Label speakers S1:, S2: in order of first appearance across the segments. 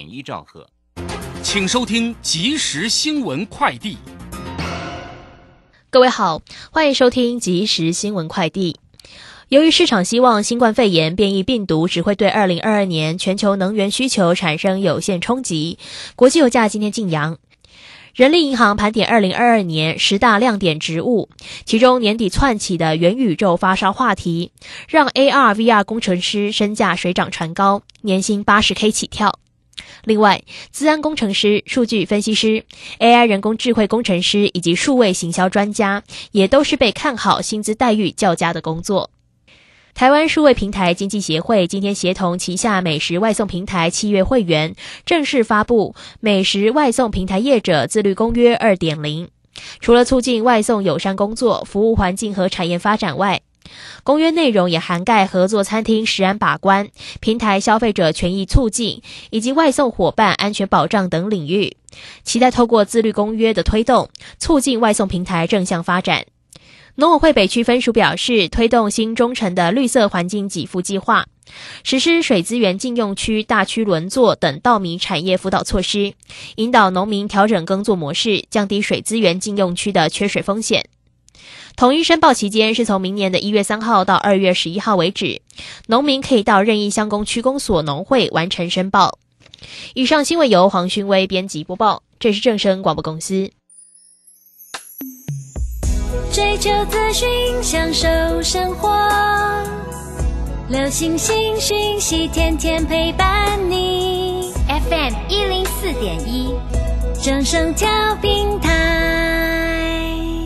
S1: 一兆赫。
S2: 请收听即时新闻快递。
S3: 各位好，欢迎收听即时新闻快递。由于市场希望新冠肺炎变异病毒只会对2022年全球能源需求产生有限冲击，国际油价今天晋扬。人力银行盘点2022年10大亮点职务，其中年底窜起的元宇宙发烧话题，让 AR、VR 工程师身价水涨船高，年薪80K 起跳。另外，资安工程师、数据分析师、AI 人工智慧工程师以及数位行销专家，也都是被看好薪资待遇较佳的工作。台湾数位平台经济协会今天协同旗下美食外送平台契约会员，正式发布美食外送平台业者自律公约 2.0。 除了促进外送友善工作、服务环境和产业发展外，公约内容也涵盖合作餐厅食安把关、平台消费者权益促进以及外送伙伴安全保障等领域，期待透过自律公约的推动，促进外送平台正向发展。农委会北区分署表示，推动新中成的绿色环境给付计划，实施水资源禁用区、大区轮作等稻米产业辅导措施，引导农民调整耕作模式，降低水资源禁用区的缺水风险。统一申报期间是从明年的1月3号到2月11号为止，农民可以到任意乡公区公所农会完成申报。以上新闻由黄勋威编辑播报，这是正声广播公司。
S4: 追求资讯，享受生活，流行新讯息，天天陪伴你。FM 104.1，正声调频台。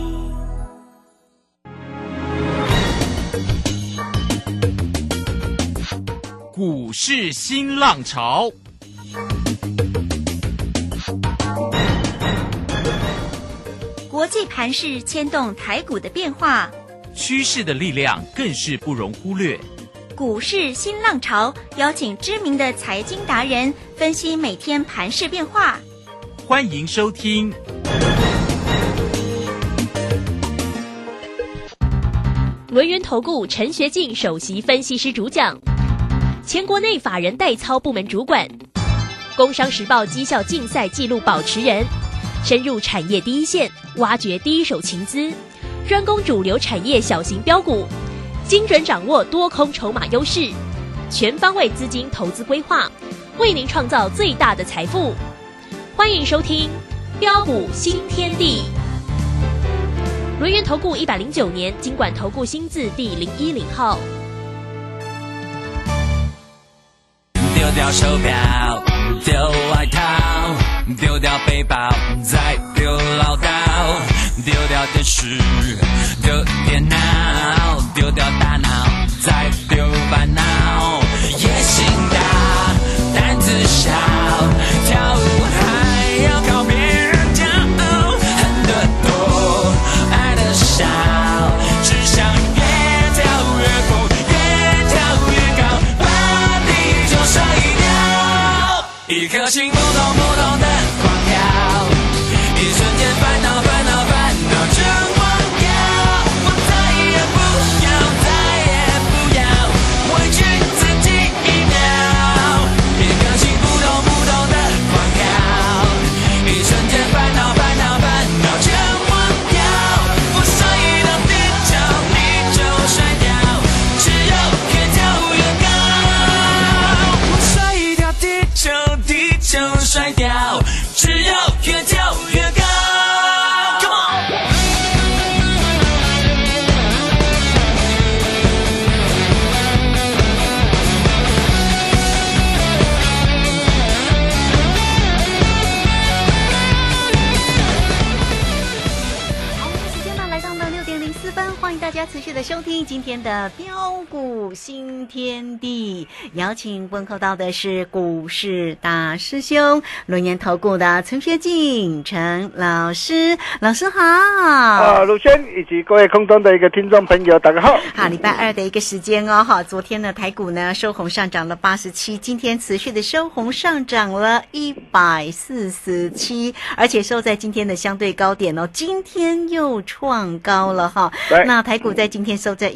S2: 股市新浪潮，
S5: 国际盘势牵动台股的变化，
S2: 趋势的力量更是不容忽略。
S5: 股市新浪潮邀请知名的财经达人分析每天盘势变化。
S2: 欢迎收听
S3: 轮源投顾陈学进首席分析师主讲，前国内法人代操部门主管，工商时报绩效竞赛纪录保持人，深入产业第一线，挖掘第一手情资，专攻主流产业小型标股，精准掌握多空筹码优势，全方位资金投资规划，为您创造最大的财富。欢迎收听标股新天地。轮源投顾109年金管投顾新字第010号。
S6: 丢掉手表，丢外套，丢掉背包，再丢唠叨，丢掉电视，丢电脑，丢掉大脑，再丢烦恼。野心大，胆子小，跳舞还要靠别人骄傲，恨得多，爱得少，只想越跳越高，越跳越高，把地球甩掉。一颗心扑通扑通的狂跳，一瞬间烦恼烦恼烦恼成荒掉。我再也不要，再也不要委屈自己一秒。一颗心扑通扑通的狂跳，一瞬间烦恼烦恼烦恼成荒掉。我摔到地球，地球摔掉，只有越跳越高。我摔掉地球，地球摔掉，只有越跳越高。Come on！
S5: 好，时间呢来到了6点04分，欢迎大家持续的收听今天的标股新天地，邀请问候到的是股市大师兄轮源投顾的陈学进陈老师，老师好。
S7: 鲁轩以及各位空中的一个听众朋友，大家好。
S5: 好，礼拜二的一个时间哦，哈，昨天呢台股呢收红上涨了87，今天持续的收红上涨了147，而且收在今天的相对高点哦，今天又创高了哈。那台股在今天收在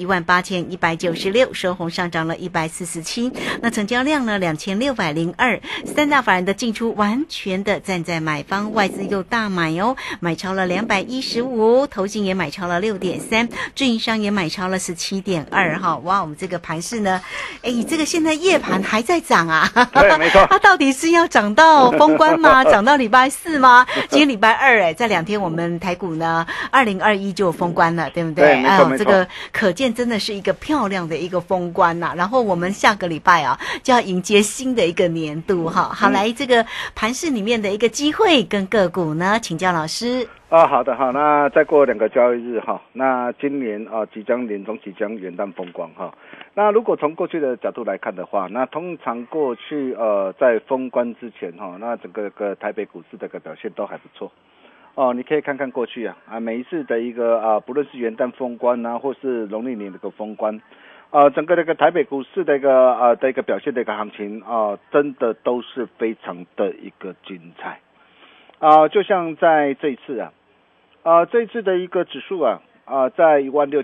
S5: 18196，收红上涨了147。那成交量呢2602，三大法人的进出完全的站在买方，外资又大买哦，买超了215，投信也买超了6.3，自营商也买超了17.2哈。哇，我们这个盘势呢，这个现在夜盘还在涨啊，
S7: 对，没错。
S5: 它到底是要涨到封关吗？涨到礼拜4吗？今天礼拜2，在2天我们台股呢2021就封关了，对不对？
S7: 对，没错，没错。
S5: 这个可见真的是一个漂亮的一个封关呐。然后我们下个礼拜啊就要迎接新的一个年度哈。好，来这个盘市里面的一个机会跟个股呢，请教老师。
S7: 好的哈，那再过2个交易日哈，那今年即将年中即将元旦封关哈。那如果从过去的角度来看的话，那通常过去在封关之前哈，那整个台北股市的个表现都还不错。你可以看看过去啊，每一次的一个不论是元旦封关啊，或是农历年的个封关，整个这个台北股市的一个表现的一个行情真的都是非常的一个精彩就像在这一次这一次的一个指数在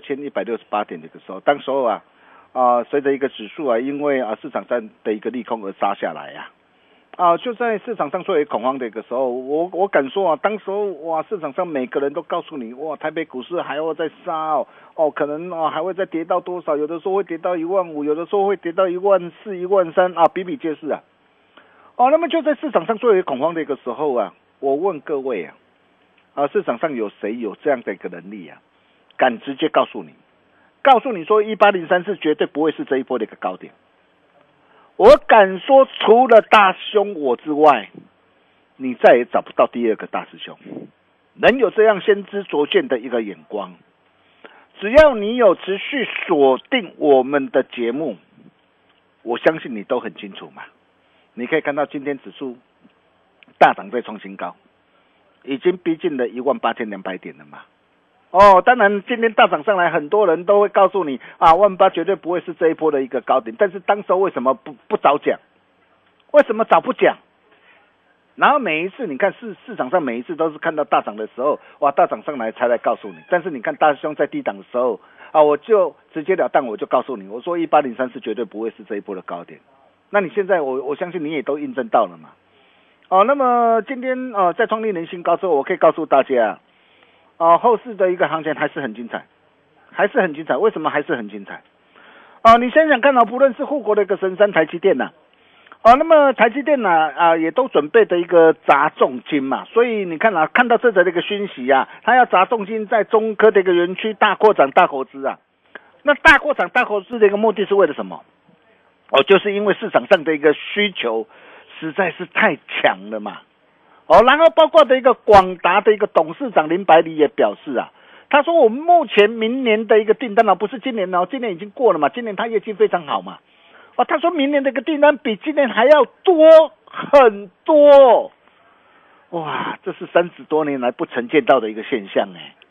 S7: 16168点的一个时候，当时候随着一个指数因为市场上的一个利空而杀下来就在市场上最为恐慌的一个时候，我敢说当时候市场上每个人都告诉你台北股市还要再杀可能还会再跌到多少，有的时候会跌到15000，有的时候会跌到14000、13000比比皆是那么就在市场上最为恐慌的一个时候我问各位市场上有谁有这样的一个能力敢直接告诉你说18034是绝对不会是这一波的一个高点。我敢说除了大师兄我之外，你再也找不到第二个大师兄能有这样先知灼见的一个眼光。只要你有持续锁定我们的节目，我相信你都很清楚嘛。你可以看到今天指数大涨再创新高，已经逼近了18200点了嘛。当然今天大涨上来，很多人都会告诉你18000绝对不会是这一波的一个高点，但是当时为什么不早讲？为什么早不讲？然后每一次你看市场上每一次都是看到大涨的时候，大涨上来才来告诉你，但是你看大师兄在低档的时候我就直截了当我就告诉你，我说18034是绝对不会是这一波的高点。那你现在我相信你也都印证到了嘛。那么今天在创历年新高之后，我可以告诉大家后市的一个行情还是很精彩，还是很精彩。为什么还是很精彩？你想想看不论是护国的一个神山台积电那么台积电也都准备的一个砸重金嘛，所以你看看到这则的一个讯息它要砸重金在中科的一个园区大扩展大投资那大扩展大投资的一个目的是为了什么？就是因为市场上的一个需求实在是太强了嘛。然后包括的一个广达的一个董事长林百里也表示他说我们目前明年的一个订单不是今年今年已经过了嘛，今年他业绩非常好嘛。他说明年的一个订单比今年还要多很多。哇，这是30多年来不曾见到的一个现象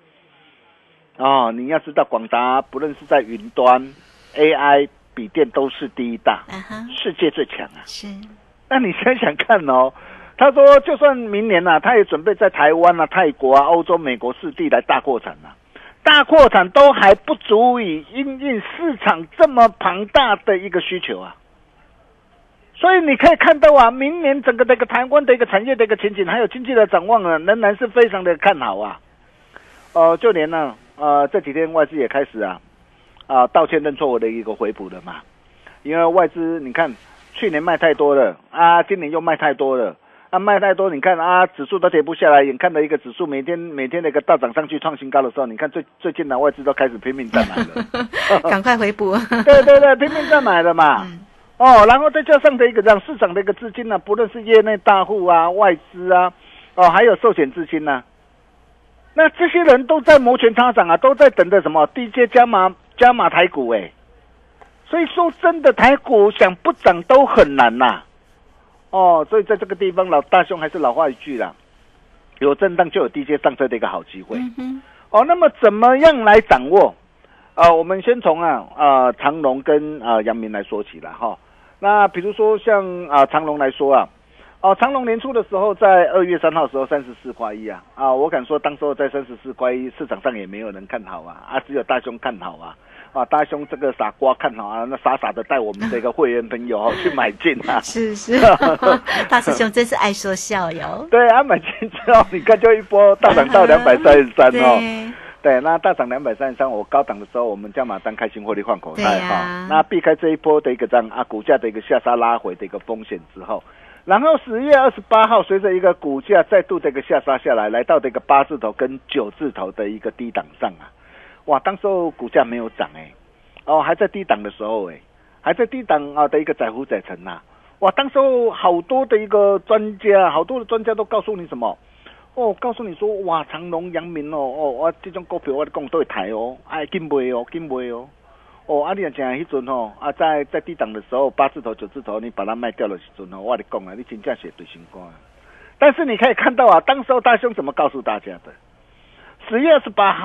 S7: 你要知道广达不论是在云端 AI 笔电都是第一大世界最强
S5: 是。
S7: 那你想想看他说就算明年他也准备在台湾泰国欧洲美国4地来大扩产大扩产都还不足以因应市场这么庞大的一个需求所以你可以看到明年整个这个台湾的一个产业的一个前景还有经济的展望仍然是非常的看好就连这几天外资也开始道歉认错的一个回补了嘛。因为外资你看去年卖太多了今年又卖太多了卖太多，你看指数都跌不下来，眼看的一个指数每天的一个大涨上去创新高的时候，你看最近外资都开始拼命在买了，
S5: 赶快回补。
S7: 对，拼命在买了嘛。然后再加上的一个让市场的一个资金不论是业内大户外资还有寿险资金那这些人都在摩拳擦掌都在等着什么低阶加码台股所以说真的台股想不涨都很难所以在这个地方老大兄还是老话一句啦，有震荡就有低阶上车的一个好机会。那么怎么样来掌握？我们先从长荣跟阳明来说起啦那比如说像长荣来说长荣年初的时候在2月3号的时候34块1我敢说当时候在34块1市场上也没有人看好只有大兄看好啊，大兄这个傻瓜看好啊，那傻傻的带我们这个会员朋友去买进啊。
S5: 是，大师兄真是爱说笑哟。
S7: 对啊，买进之后，你看就一波大涨到233哦。对，那大涨233，我高档的时候，我们加码单开心获利换口袋哈。那避开这一波的一个这样啊，股价的一个下杀拉回的一个风险之后，然后10月28号，随着一个股价再度的一个下杀下来，来到的一个8字头跟9字头的一个低档上啊。哇，当时候股价没有涨还在低档的时候还在低档啊的一个载浮载沉呐。哇，当时候好多的一个专家，好多的专家都告诉你什么？告诉你说哇，长荣、阳明我这种股票我讲都会抬紧买你也讲迄阵在低档的时候，8字头、9字头，你把它卖掉的时阵我跟你讲你真正是对心肝。但是你可以看到当时候大兄怎么告诉大家的？10月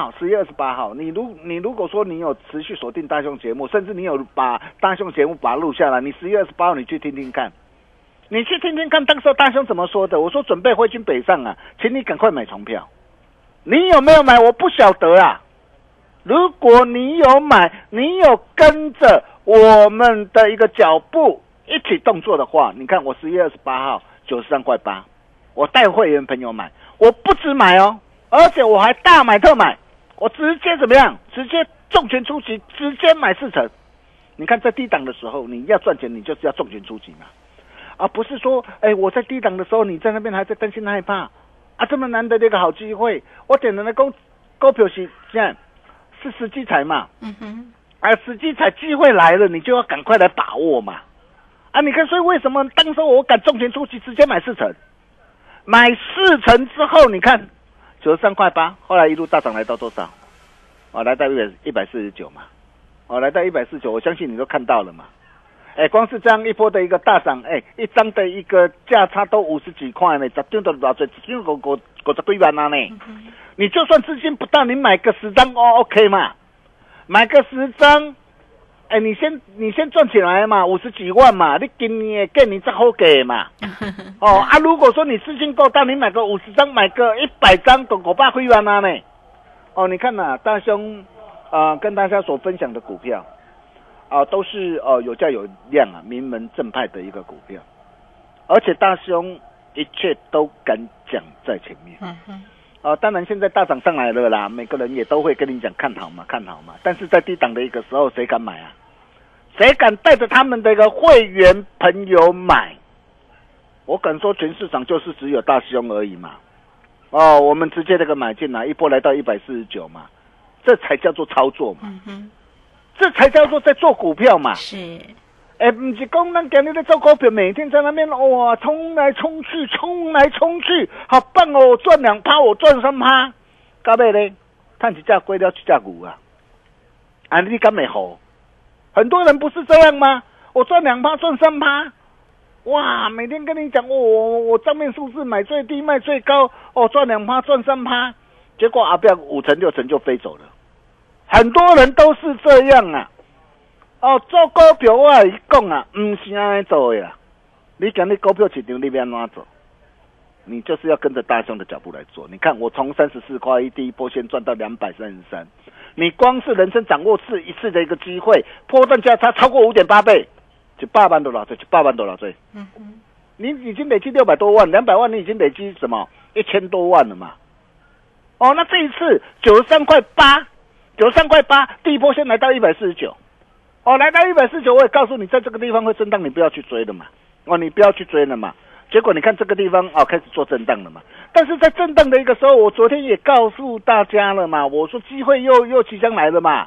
S7: 28号，你如果说你有持续锁定大兄节目，甚至你有把大兄节目把它录下来，你10月28号你去听听看，当时候大兄怎么说的？我说准备挥军北上啊，请你赶快买重票。你有没有买？我不晓得啊。如果你有买，你有跟着我们的一个脚步一起动作的话，你看我10月28号93.8块，我带会员朋友买，我不止买而且我还大买特买，我直接怎么样？直接重拳出击，直接买4成。你看在低档的时候，你要赚钱，你就是要重拳出击嘛，不是说我在低档的时候，你在那边还在担心害怕这么难得的一个好机会，我点的那股票是这样，是时机财嘛，时机财机会来了，你就要赶快来把握嘛，你看，所以为什么当时我敢重拳出击，直接买4成，买4成之后，你看。93.8块，后来一路大涨来到多少？来到149嘛，来到149，我相信你都看到了嘛。光是这样一波的一个大涨，一张的一个价差都50几块呢，十张都多少钱？一张50几万呢。你就算资金不大，你买个10张OK 嘛？买个10张，你先赚起来嘛，50几万嘛，你今年给你才好给嘛。如果说你资金够大，你买个50张，买个100张都500几万呢。你看大兄跟大家所分享的股票都是有价有量名门正派的一个股票，而且大兄一切都敢讲在前面。当然现在大涨上来了啦，每个人也都会跟你讲看好嘛。但是在低档的一个时候，谁敢买啊？谁敢带着他们的一个会员朋友买？我敢说全市场就是只有大兄而已嘛。我们直接这个买进一波来到149嘛，这才叫做操作嘛。这才叫做在做股票嘛。
S5: 是。
S7: 不是讲咱今日在做股票，每天在那边哇冲来冲去，好棒我赚2%，我赚3%，到尾呢，赚一只龟了一只牛啊！你敢没好？很多人不是这样吗？我赚2%，赚3%，哇！每天跟你讲我账面数字买最低卖最高，赚2%，赚3%，结果不要5成6成就飞走了。很多人都是这样啊。做股票我跟你讲不是这样做的。你今日股票市场你要怎么做？你就是要跟着大兄的脚步来做。你看我从34块第一波先赚到233，你光是人生掌握一次的一个机会，波段价差超过5.8倍，100万多少岁？你已经累积600多万，200万你已经累积什么1000多万了嘛？那这一次93.8块，第一波先来到149。来到149，我也告诉你，在这个地方会震荡，你不要去追了嘛。你不要去追了嘛。结果你看这个地方开始做震荡了嘛。但是在震荡的一个时候，我昨天也告诉大家了嘛，我说机会又即将来了嘛，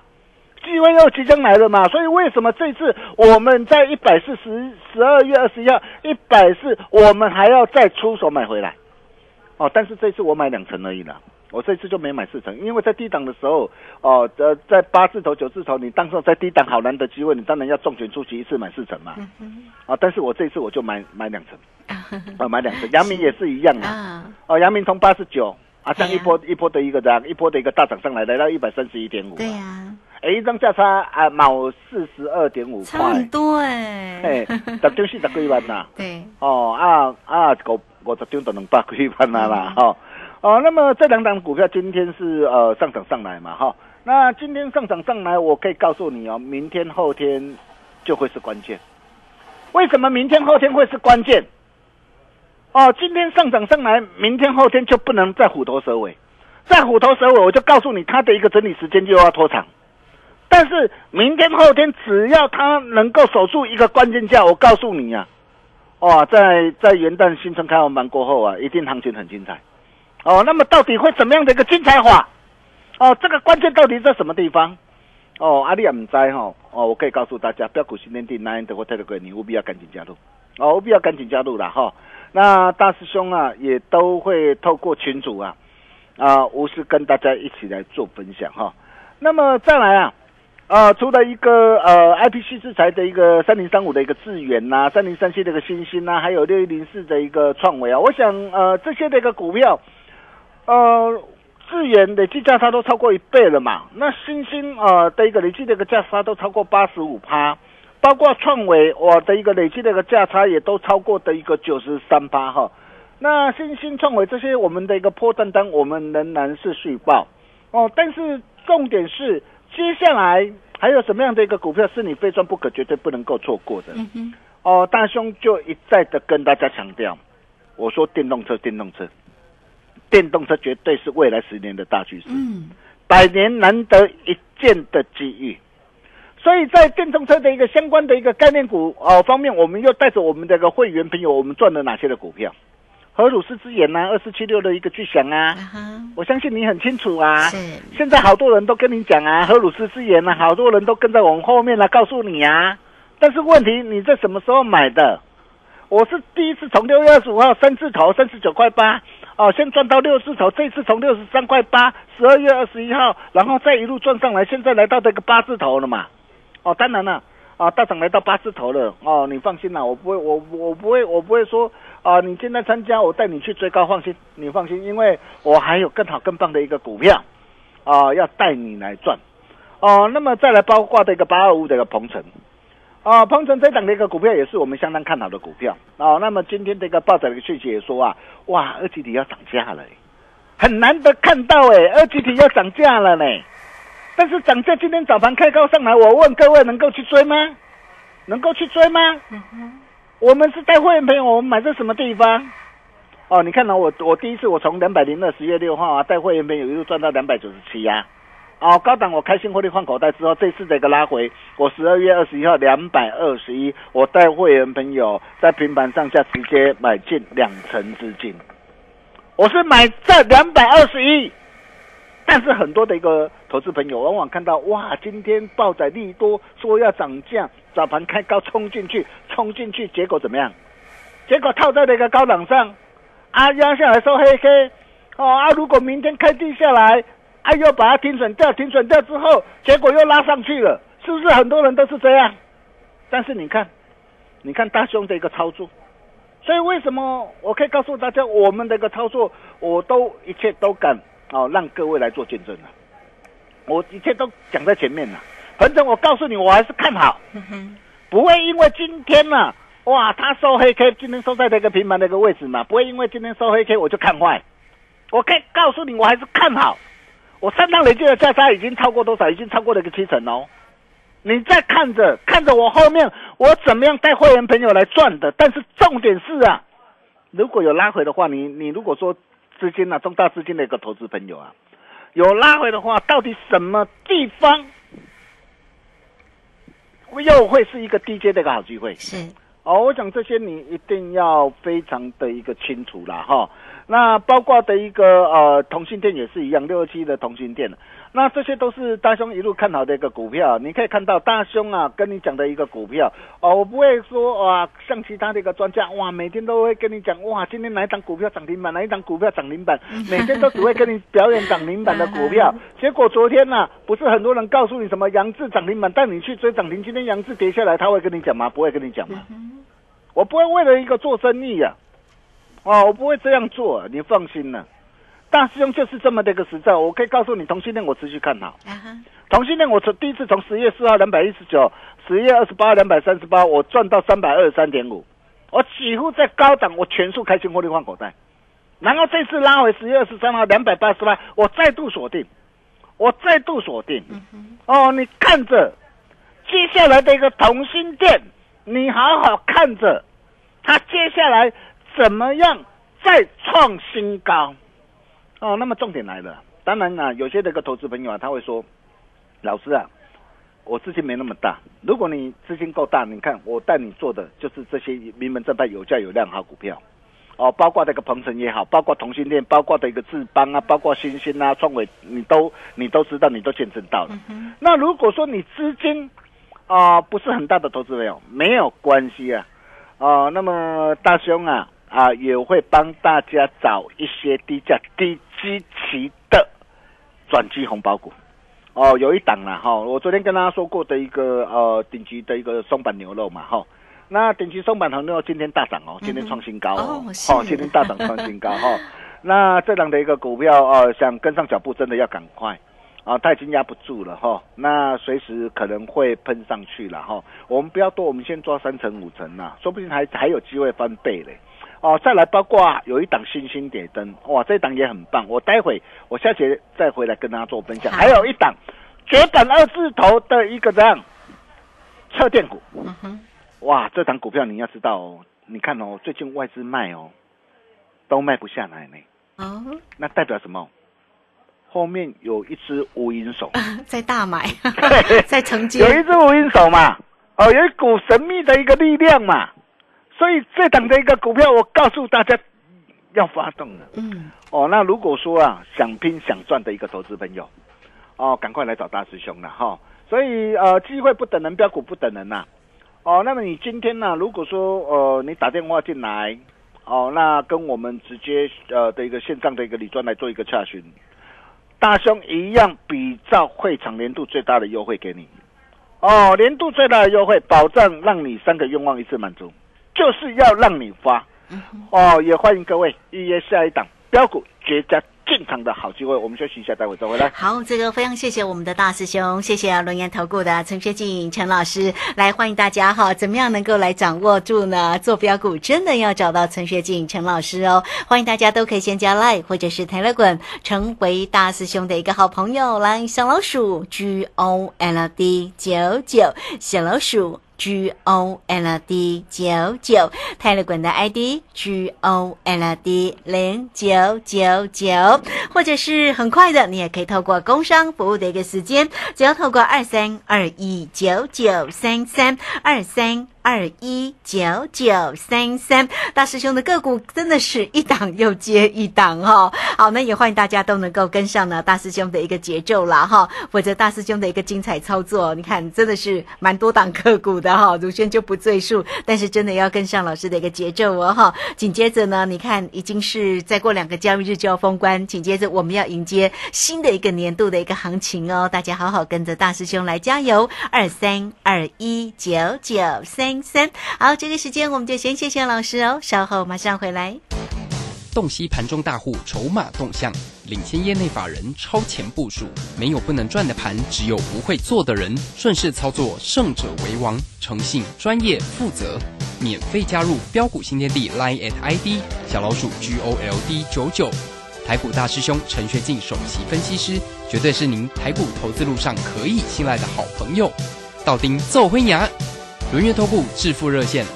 S7: 所以为什么这次我们在12月21号140，我们还要再出手买回来？但是这次我买2成而已啦。我这次就没买4成，因为在低档的时候，在8字头、9字头，你当时在低档好难得机会，你当然要重拳出击，一次买4成嘛。但是我这次我就买2成，买2成。阳明也是一样啊。阳明从89这样一波的一个大涨上来，来到131.5。对呀。一张价差毛42.5块，
S5: 差很多
S7: 10张40几万呐。
S5: 对。
S7: 50张就200几万啦。那么这2档股票今天是上涨上来嘛那今天上涨上来，我可以告诉你哦，明天后天就会是关键。为什么明天后天会是关键？哦，今天上涨上来，明天后天就不能再虎头蛇尾，再虎头蛇尾，我就告诉你，它的一个整理时间就要拖长。但是明天后天只要它能够守住一个关键价，我告诉你啊，哇，在元旦新春开红盘过后啊，一定行情很精彩。哦，那么到底会怎么样的一个精彩法？哦，这个关键到底在什么地方？哦，阿里也唔知哈。哦，我可以告诉大家，标股新天地9的或泰的贵，你务必要赶紧加入。哦，务必要赶紧加入啦哈。那大师兄啊，也都会透过群组啊，无私跟大家一起来做分享哈。那么再来啊，除了一个IPC 制裁的一个3035的一个智原呐，3037的一个新兴呐，还有6104的一个创维啊，我想这些的一个股票，智原累计价差都超过1倍了嘛，那新兴的一个累计的一个价差都超过85%，包括创维我的一个累计的一个价差也都超过的一个93%哈。那新兴创维这些我们的一个波段单我们仍然是续报哦，但是重点是接下来还有什么样的一个股票是你非赚不可，绝对不能够错过的。哦，大兄就一再的跟大家强调，我说电动车绝对是未来10年的大趋势，100年难得一见的机遇。所以在电动车的一个相关的一个概念股方面，我们又带着我们的一个会员朋友，我们赚了哪些的股票？荷鲁斯之眼啊，2476的一个巨响啊，我相信你很清楚啊。现在好多人都跟你讲啊，荷鲁斯之眼啊，好多人都跟在我们后面来告诉你啊。但是问题你在什么时候买的？我是第一次从6月25号3字头39.8块先赚到6字头，这一次从63.8块，12月21号，然后再一路赚上来，现在来到这个8字头了嘛。哦，当然了，大涨来到8字头了，哦，你放心啦，我不会说你今天参加，我带你去追高，放心，你放心，因为我还有更好更棒的一个股票要带你来赚那么再来包括的一个825的一个鹏程鹏程这档的一个股票也是我们相当看好的股票那么今天的一个报载的一个讯息也说哇，2集体要涨价了很难得看到2集体要涨价了呢。但是涨价今天早盘开高上来，我问各位能够去追吗？能够去追吗？我们是带会员朋友，我们买在什么地方？你看我第一次我从20210月6号带会员朋友一路赚到297高档我开新获利换口袋之后，这次的一个拉回，我12月21号221，我带会员朋友在平盘上下直接买进2成资金，我是买在221。但是很多的一个投资朋友往往看到哇，今天报载利多说要涨价，早盘开高冲进去，结果怎么样？结果套在了一个高档上压下来收黑 K 如果明天开低下来又把它停损掉之后，结果又拉上去了，是不是很多人都是这样？但是你看大兄的一个操作，所以为什么我可以告诉大家，我们的一个操作我都一切都敢让各位来做见证了，我一切都讲在前面了。反正我告诉你，我还是看好，不会因为今天哇，它收黑 K， 今天收在这个平盘的一个位置嘛，不会因为今天收黑 K 我就看坏。我可以告诉你，我还是看好。我3趟累计的价差已经超过多少？已经超过了一个70%哦。你再看着我后面我怎么样带会员朋友来赚的。但是重点是如果有拉回的话，你如果说资金中大资金的一个投资朋友有拉回的话，到底什么地方又会是一个低阶的一个好机会？
S5: 是
S7: 我想这些你一定要非常的一个清楚啦哈。那包括的一个同心店也是一样，627的同心店，那这些都是大兄一路看好的一个股票。你可以看到大兄跟你讲的一个股票我不会说像其他的一个专家每天都会跟你讲今天哪一档股票涨停板，哪一档股票涨停板，每天都只会跟你表演涨停板的股票。结果昨天不是很多人告诉你什么杨志涨停板，带你去追涨停，今天杨志跌下来，他会跟你讲吗？不会跟你讲吗？我不会为了一个做生意我不会这样做，你放心了。大师兄就是这么的一个实在，我可以告诉你，同性恋我持续看好。同性恋我第一次从10月4号219， 10月28号238，我赚到323.5，我几乎在高档我全数开新获利换口袋。然后这次拉回10月23号288，我再度锁定。 我再度锁定。你看着接下来的一个同心店，你好好看着它接下来怎么样再创新高。那么重点来了，当然啊，有些这个投资朋友啊，他会说，老师啊，我资金没那么大。如果你资金够大，你看我带你做的就是这些名门正派、有价有量好股票。包括这个鹏程也好，包括同性恋，包括的一个智邦啊，包括新兴啊、创伟，你都知道，你都见证到了。那如果说你资金不是很大的投资朋友，没有关系啊。那么大兄啊也会帮大家找一些低价、低基期的转机红包股。有一档啦我昨天跟大家说过的一个顶级的一个松板牛肉嘛那顶级松板牛肉今天大涨今天创新高今天大涨创新高那这档的一个股票想跟上脚步真的要赶快它已经压不住了那随时可能会喷上去了我们不要多，我们先抓3成5成啦，说不定还有机会翻倍嘞。再来包括有一档星星点灯，哇，这一档也很棒。我待会我下节再回来跟大家做分享。还有一档绝版2字头的一个这样车电股，哇，这档股票你要知道你看最近外资卖都卖不下来呢。那代表什么？后面有一只无影手
S5: 在大买，在承接，
S7: 有一只无影手嘛，有一股神秘的一个力量嘛。所以这档的一个股票，我告诉大家要发动了。那如果说想拼想赚的一个投资朋友，赶快来找大师兄了所以机会不等人，标股不等人呐。那么你今天呢，如果说你打电话进来，那跟我们直接的一个线上的一个理专来做一个洽询，大兄一样比照会场年度最大的优惠给你。年度最大的优惠，保障让你3个愿望一次满足。就是要让你发也欢迎各位预约下一档标股绝佳进场的好机会。我们休息一下，待会再回来。
S5: 好，这个非常谢谢我们的大师兄，谢谢轮研投顾的陈学进陈老师，来欢迎大家怎么样能够来掌握住呢？做标股真的要找到陈学进陈老师欢迎大家都可以先加 LINE 或者是 Telegram 成为大师兄的一个好朋友，来小老鼠 GOLD99 小老鼠GOLD99 泰勒管的 ID GOLD0999，或者是很快的，你也可以透过工商服务的一个时间，只要透过2321993323219933，大师兄的个股真的是一档又接一档好，那也欢迎大家都能够跟上呢大师兄的一个节奏啦否则大师兄的一个精彩操作，你看真的是蛮多档个股的如轩就不赘述，但是真的要跟上老师的一个节奏紧接着呢，你看已经是再过2个交易日就要封关，紧接着我们要迎接新的一个年度的一个行情大家好好跟着大师兄来加油，23219933。好，这个时间我们就先谢谢老师稍后马上回来。
S2: 洞悉盘中大户筹码动向，领先业内法人超前部署，没有不能赚的盘，只有不会做的人。顺势操作，胜者为王。诚信、专业、负责，免费加入标股新天地 Line ID 小老鼠 GOLD99。台股大师兄陈学进首席分析师，绝对是您台股投资路上可以信赖的好朋友。道丁奏辉牙。轮源投顾致富热线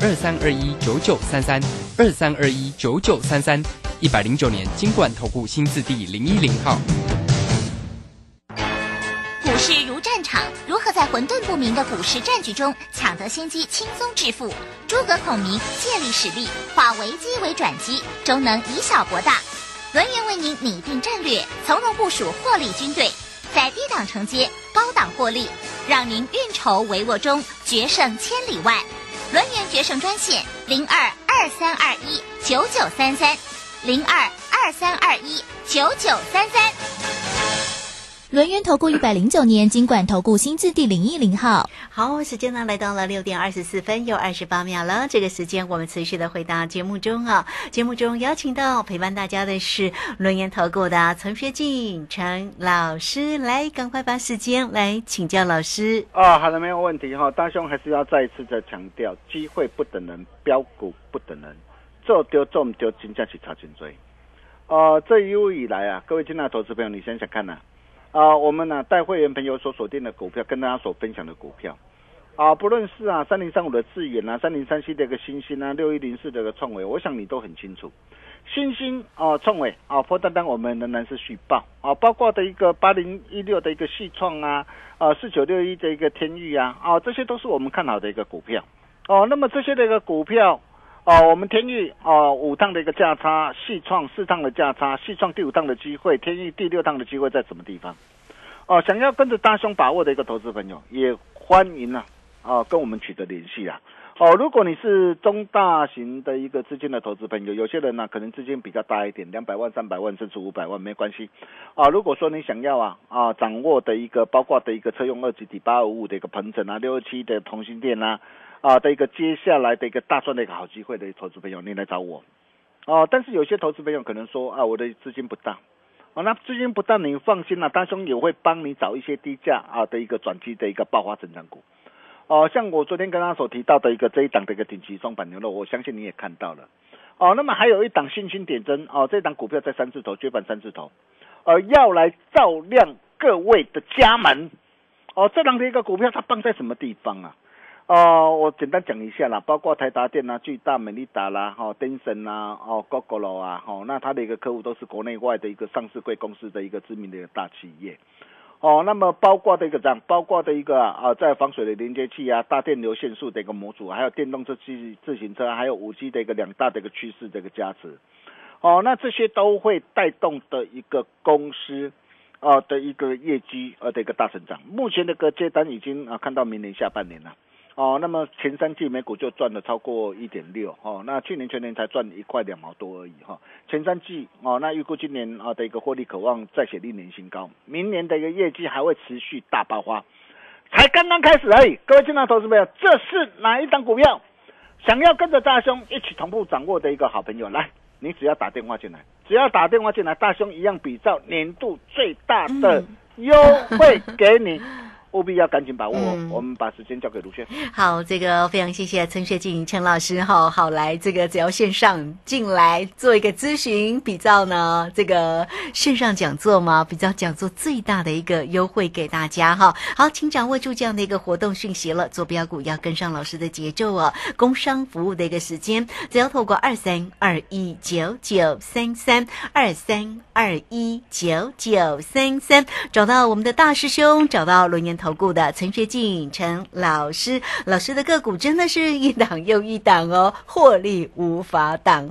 S2: 02-2321-9933，2321-9933，109年金管投顾新字第010号。
S1: 股市如战场，如何在混沌不明的股市战局中抢得先机，轻松致富？诸葛孔明借力使力，化危机为转机，终能以小博大。轮源为您拟定战略，从容部署获利军队，在低档承接，高档获利，让您运筹帷幄中决胜千里外。轮源决胜专线02-2321-9933，02-2321-9933。
S8: 轮源投顾109年金管投顾新字第010号。
S5: 好，时间呢来到了6点24分又28秒了。这个时间我们持续的回到节目中节目中邀请到陪伴大家的是轮源投顾的陈学进陈老师，来赶快把时间来请教老师。
S7: 好的，没有问题大兄还是要再一次的强调，机会不等人，标股不等人，做丢做不丢，真正是差真多。这一路以来各位亲爱的投资朋友，你想想看我们呢带会员朋友所锁定的股票，跟大家所分享的股票不论是3035的智原3037的一个新兴6104的一个创惟，我想你都很清楚。新兴创惟波段单我们仍然是续报包括的一个8016的一个细创4961的一个天钰这些都是我们看好的一个股票那么这些的一个股票我们天钰5趟的一个价差，细创4趟的价差，细创第5趟的机会，天钰第6趟的机会在什么地方想要跟着大兄把握的一个投资朋友，也欢迎跟我们取得联系如果你是中大型的一个资金的投资朋友，有些人可能资金比较大一点，200万、300万甚至500万没关系如果说你想要掌握的一个包括的一个车用2极体8255的一个鹏程627的同心电的一个接下来的一个大赚的一个好机会的投资朋友，你来找我但是有些投资朋友可能说我的资金不大那资金不大你放心大兄也会帮你找一些低价的一个转机的一个爆发成长股像我昨天跟他所提到的一个这一档的一个顶级松板牛肉，我相信你也看到了那么还有一档信心点灯这一档股票在3字头，绝版3字头要来照亮各位的家门这档的一个股票它放在什么地方我简单讲一下啦，包括台达电巨大、美利达啦登森GoGoRo那它的一个客户都是国内外的一个上市贵公司的一个知名的一个大企业那么包括的一个在防水的连接器大电流线束的一个模组，还有电动车自行车，还有5G 的一个2大的一个趋势的一个加持那这些都会带动的一个公司的一个业绩的一个大成长。目前的个接单已经看到明年下半年了那么前3季每股就赚了超过 1.6 那去年全年才赚1块2毛多而已前3季那预估今年的一个获利可望再写历年新高，明年的一个业绩还会持续大爆发，才刚刚开始而已。各位进来投资朋友，这是哪一档股票？想要跟着大兄一起同步掌握的一个好朋友，来，你只要打电话进来，大兄一样比照年度最大的优惠给你。务必要赶紧把握我们把时间交给卢轩。
S5: 好，这个非常谢谢陈学进陈老师好来，这个只要线上进来做一个咨询，比照呢这个线上讲座嘛，比照讲座最大的一个优惠给大家好，请掌握住这样的一个活动讯息了，做标股要跟上老师的节奏工商服务的一个时间，只要透过23219933 23219933找到我们的大师兄，找到轮研投顾的陈学进陈老师，老师的个股真的是一档又一档获利无法挡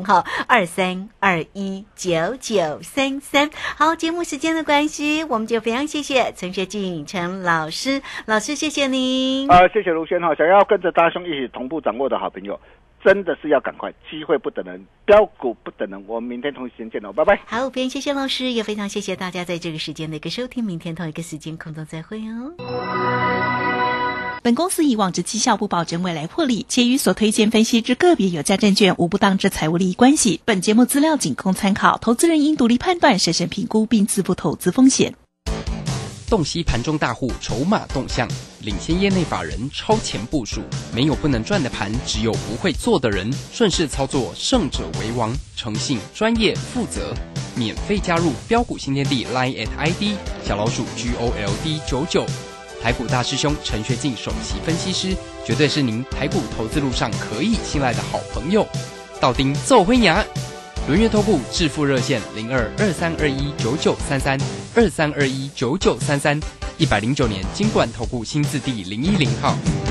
S5: 23219933。好，节目时间的关系，我们就非常谢谢陈学进陈老师，谢谢您。
S7: 谢谢卢轩想要跟着大兄一起同步掌握的好朋友，真的是要赶快，机会不等人，标股不等人。我们明天同一时间见了，拜拜。
S5: 好，非常谢谢老师，也非常谢谢大家在这个时间的一个收听，明天同一个时间空中再会
S9: 本公司以往之绩效不保证未来获利，且与所推荐分析之个别有价证券无不当之财务利益关系。本节目资料仅供参考，投资人应独立判断、审慎评估并自负投资风险。
S2: 洞悉盘中大户筹码动向，领先业内法人超前部署，没有不能赚的盘，只有不会做的人。顺势操作，胜者为王。诚信、专业、负责，免费加入标股新天地 Line ID 小老鼠 GOLD99。台股大师兄陈学进首席分析师，绝对是您台股投资路上可以信赖的好朋友。道丁奏辉牙，轮元投顾致富热线0223219933 23219933，109年金管投顾新字第010号。